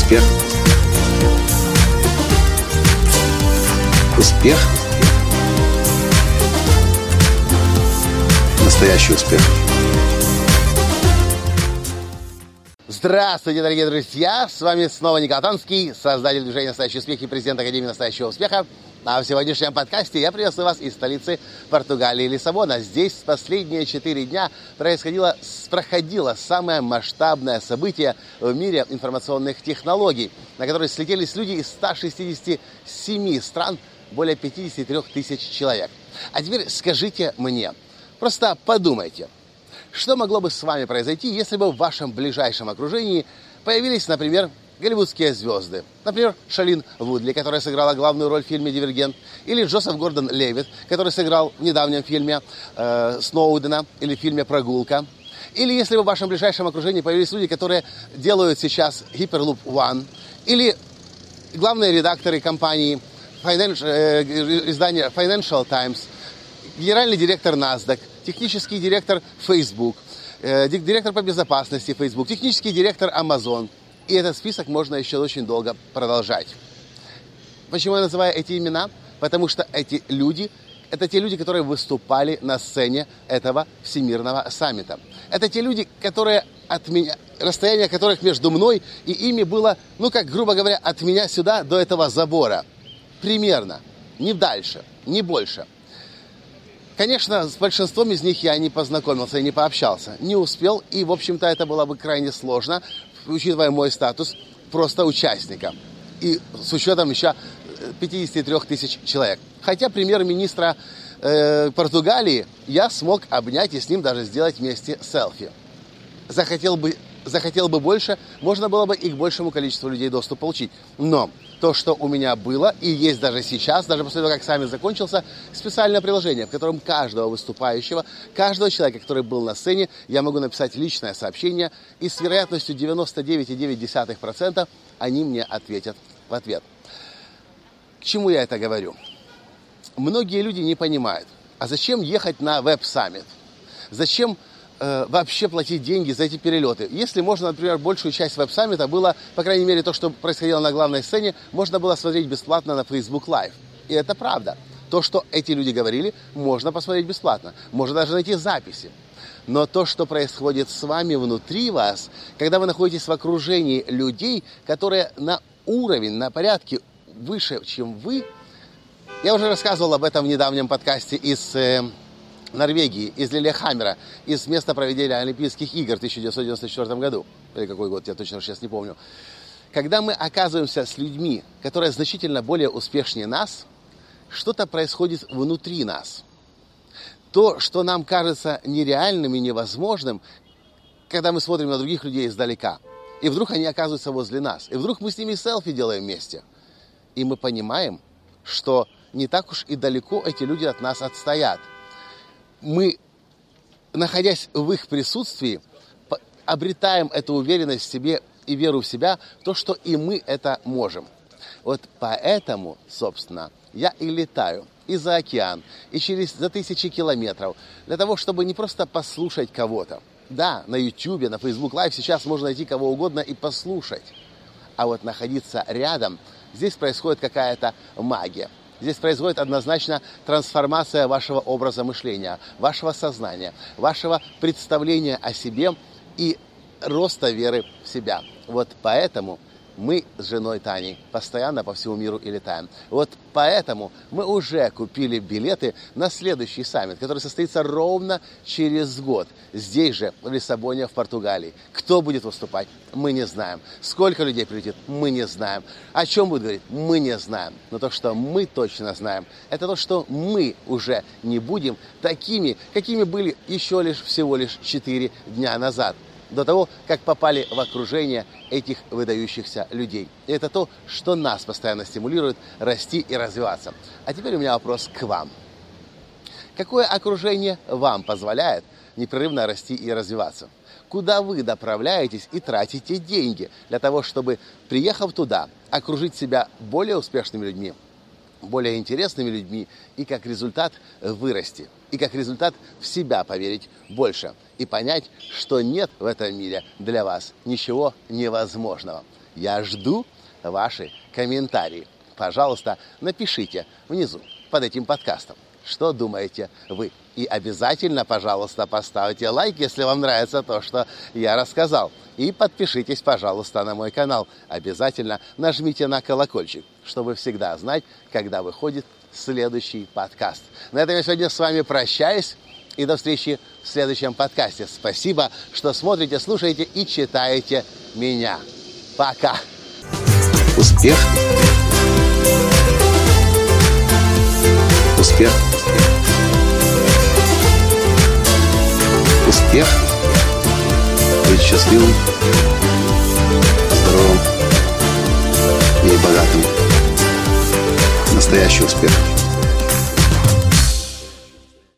Успех. Успех. Настоящий успех. Здравствуйте, дорогие друзья! С вами снова Николай Танский, создатель движения «Настоящий успех» и президент Академии «Настоящего успеха». А в сегодняшнем подкасте я приветствую вас из столицы Португалии, Лиссабона. Здесь последние 4 дня проходило самое масштабное событие в мире информационных технологий, на которое слетелись люди из 167 стран, более 53 тысяч человек. А теперь скажите мне, просто подумайте, что могло бы с вами произойти, если бы в вашем ближайшем окружении появились, например, голливудские звезды. Например, Шайлин Вудли, которая сыграла главную роль в фильме «Дивергент», или Джозеф Гордон-Левитт, который сыграл в недавнем фильме Сноудена или в фильме «Прогулка». Или если бы в вашем ближайшем окружении появились люди, которые делают сейчас Hyperloop One, или главные редакторы компании издания Financial Times, генеральный директор NASDAQ, технический директор Facebook, директор по безопасности Facebook, технический директор Amazon. И этот список можно еще очень долго продолжать. Почему я называю эти имена? Потому что эти люди, это те люди, которые выступали на сцене этого всемирного саммита. Это те люди, которые от меня, расстояние которых между мной и ими было, грубо говоря, от меня сюда до этого забора. Примерно. Не дальше, не больше. Конечно, с большинством из них я не познакомился и не пообщался. Не успел, и, в общем-то, это было бы крайне сложно, учитывая мой статус просто участника. И с учетом еще 53 тысяч человек. Хотя премьер-министра Португалии я смог обнять и с ним даже сделать вместе селфи. Захотел бы больше, можно было бы и к большему количеству людей доступ получить. Но то, что у меня было и есть даже сейчас, даже после того, как саммит закончился, специальное приложение, в котором каждого выступающего, каждого человека, который был на сцене, я могу написать личное сообщение, и с вероятностью 99,9% они мне ответят в ответ. К чему я это говорю? Многие люди не понимают, а зачем ехать на веб-саммит? Зачем вообще платить деньги за эти перелеты? Если можно, например, большую часть веб-саммита было, по крайней мере, то, что происходило на главной сцене, можно было смотреть бесплатно на Facebook Live. И это правда. То, что эти люди говорили, можно посмотреть бесплатно. Можно даже найти записи. Но то, что происходит с вами внутри вас, когда вы находитесь в окружении людей, которые на уровень, на порядке выше, чем вы, я уже рассказывал об этом в недавнем подкасте из Норвегии, из Лилехаммера, из места проведения Олимпийских игр в 1994 году. Или какой год, я точно сейчас не помню. Когда мы оказываемся с людьми, которые значительно более успешнее нас, что-то происходит внутри нас. То, что нам кажется нереальным и невозможным, когда мы смотрим на других людей издалека. И вдруг они оказываются возле нас. И вдруг мы с ними селфи делаем вместе. И мы понимаем, что не так уж и далеко эти люди от нас отстоят. Мы, находясь в их присутствии, обретаем эту уверенность в себе и веру в себя, то, что и мы это можем. Вот поэтому, собственно, я и летаю и за океан, и за тысячи километров, для того, чтобы не просто послушать кого-то. Да, на YouTube, на Facebook Live сейчас можно найти кого угодно и послушать. А вот находиться рядом, здесь происходит какая-то магия. Здесь происходит однозначно трансформация вашего образа мышления, вашего сознания, вашего представления о себе и роста веры в себя. Вот поэтому мы с женой Таней постоянно по всему миру и летаем. Вот поэтому мы уже купили билеты на следующий саммит, который состоится ровно через год. Здесь же, в Лиссабоне, в Португалии. Кто будет выступать, мы не знаем. Сколько людей прилетит, мы не знаем. О чем будет говорить, мы не знаем. Но то, что мы точно знаем, это то, что мы уже не будем такими, какими были всего лишь 4 дня назад. До того, как попали в окружение этих выдающихся людей. И это то, что нас постоянно стимулирует расти и развиваться. А теперь у меня вопрос к вам. Какое окружение вам позволяет непрерывно расти и развиваться? Куда вы направляетесь и тратите деньги для того, чтобы, приехав туда, окружить себя более успешными людьми, более интересными людьми и как результат вырасти. И как результат в себя поверить больше. И понять, что нет в этом мире для вас ничего невозможного. Я жду ваши комментарии. Пожалуйста, напишите внизу под этим подкастом, что думаете вы. И обязательно, пожалуйста, поставьте лайк, если вам нравится то, что я рассказал. И подпишитесь, пожалуйста, на мой канал. Обязательно нажмите на колокольчик, чтобы всегда знать, когда выходит следующий подкаст. На этом я сегодня с вами прощаюсь. И до встречи в следующем подкасте. Спасибо, что смотрите, слушаете и читаете меня. Пока. Успех. Успех. Успех. Быть счастливым, здоровым и богатым. Настоящий успех.